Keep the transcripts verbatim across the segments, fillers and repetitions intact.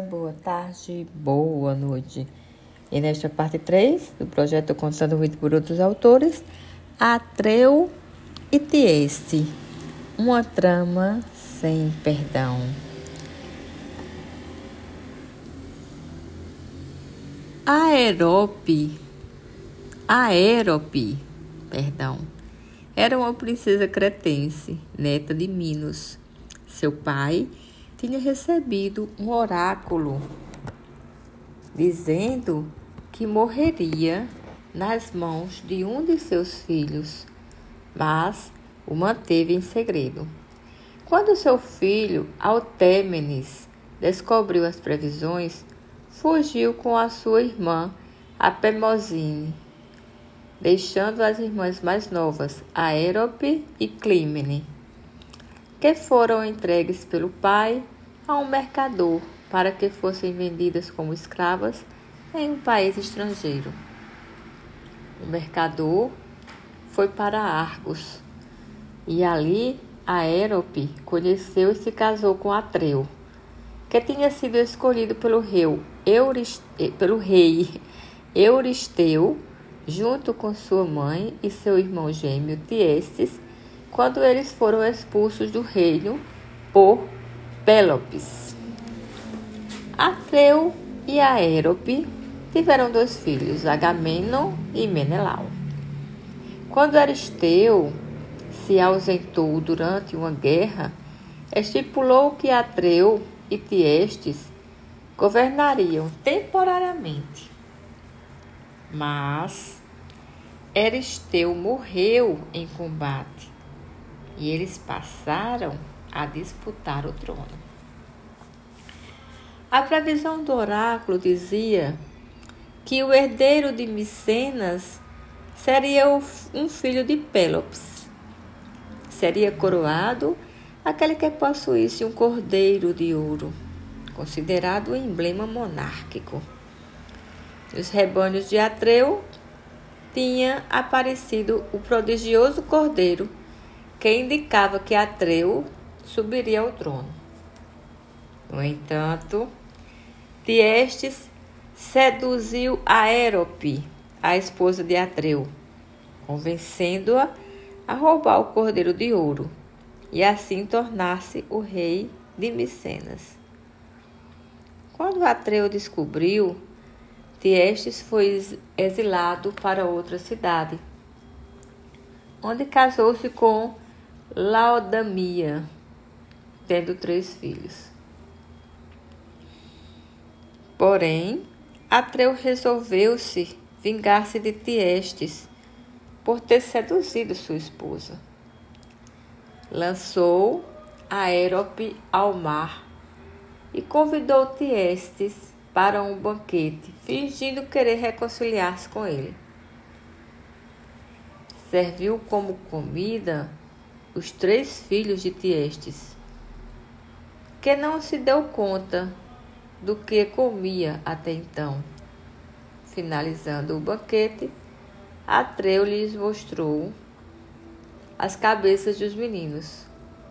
boa tarde, boa noite. E nesta parte três do projeto Contando Vida por Outros Autores, Atreu e Tieste, uma trama sem perdão. Aerope, Aérope, perdão, era uma princesa cretense, neta de Minos. Seu pai tinha recebido um oráculo dizendo que morreria nas mãos de um de seus filhos, mas o manteve em segredo. Quando seu filho, Altêmenes, descobriu as previsões, fugiu com a sua irmã, a Pemosine, deixando as irmãs mais novas, Aérope e Clímene, que foram entregues pelo pai a um mercador para que fossem vendidas como escravas em um país estrangeiro. O mercador foi para Argos e ali Aérope conheceu e se casou com Atreu, que tinha sido escolhido pelo rei, Eurist... pelo rei Euristeu, junto com sua mãe e seu irmão gêmeo Tiestes, quando eles foram expulsos do reino por Pélopes. Atreu e Aérope tiveram dois filhos, Agamenon e Menelau. Quando Euristeu se ausentou durante uma guerra, estipulou que Atreu e Tiestes governariam temporariamente. Mas Euristeu morreu em combate e eles passaram a disputar o trono. A previsão do oráculo dizia que o herdeiro de Micenas seria um filho de Pélopes. Seria coroado aquele que possuísse um cordeiro de ouro, considerado o emblema monárquico. Nos rebanhos de Atreu tinha aparecido o prodigioso cordeiro que indicava que Atreu subiria ao trono. No entanto, Tiestes seduziu Aérope, a esposa de Atreu, convencendo-a a roubar o cordeiro de ouro e assim tornar-se o rei de Micenas. Quando Atreu descobriu, Tiestes foi exilado para outra cidade, onde casou-se com Laodamia, tendo três filhos. Porém, Atreu resolveu-se vingar-se de Tiestes por ter seduzido sua esposa. Lançou Aérope ao mar e convidou Tiestes para um banquete, fingindo querer reconciliar-se com ele. Serviu como comida os três filhos de Tiestes, que não se deu conta do que comia até então. Finalizando o banquete, Atreu lhes mostrou as cabeças dos meninos.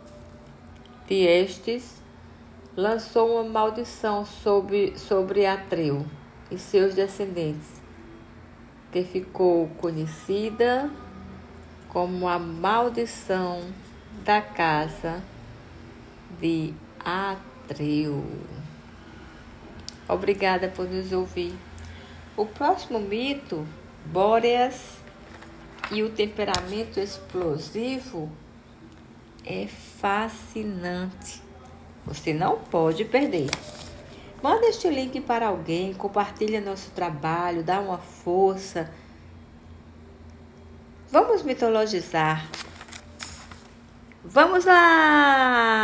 Tiestes lançou uma maldição sobre, sobre Atreu e seus descendentes, que ficou conhecida como a maldição da casa de Atreu. Obrigada por nos ouvir. O próximo mito, Bóreas e o temperamento explosivo, é fascinante. Você não pode perder. Manda este link para alguém, compartilha nosso trabalho, dá uma força. Vamos mitologizar. Vamos lá!